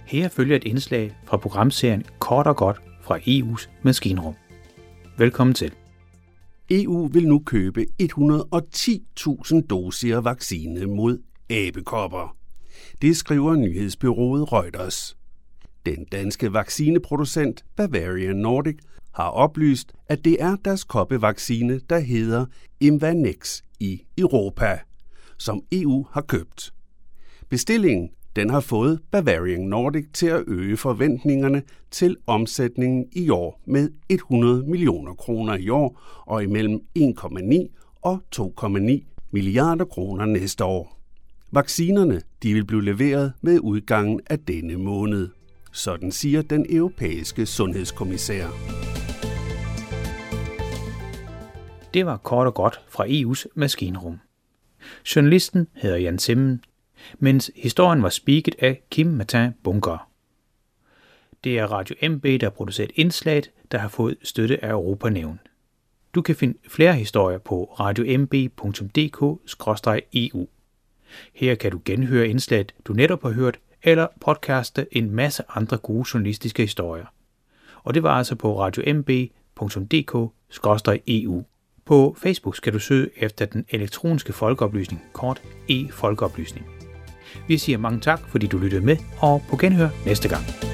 Her følger et indslag fra programserien Kort og godt fra EU's maskinrum. Velkommen til. EU vil nu købe 110.000 dosier vaccine mod abekopper. Det skriver nyhedsbureauet Reuters. Den danske vaccineproducent Bavarian Nordic har oplyst, at det er deres koppevaccine, der hedder Imvanex i Europa, som EU har købt. Bestillingen den har fået Bavarian Nordic til at øge forventningerne til omsætningen i år med 100 millioner kroner i år og imellem 1,9 og 2,9 milliarder kroner næste år. Vaccinerne de vil blive leveret med udgangen af denne måned. Sådan siger den europæiske sundhedskommissær. Det var kort og godt fra EU's maskinrum. Journalisten hedder Jan Simmen, mens historien var speaket af Kim Martin Bunker. Det er Radio MB, der har produceret indslaget, der har fået støtte af Europanævn. Du kan finde flere historier på radiomb.dk/EU. Her kan du genhøre indslaget, du netop har hørt, eller podcaste en masse andre gode journalistiske historier. Og det var altså på radiomb.dk/EU. På Facebook skal du søge efter den elektroniske folkeoplysning, kort e-folkeoplysning. Vi siger mange tak, fordi du lyttede med, og på genhør næste gang.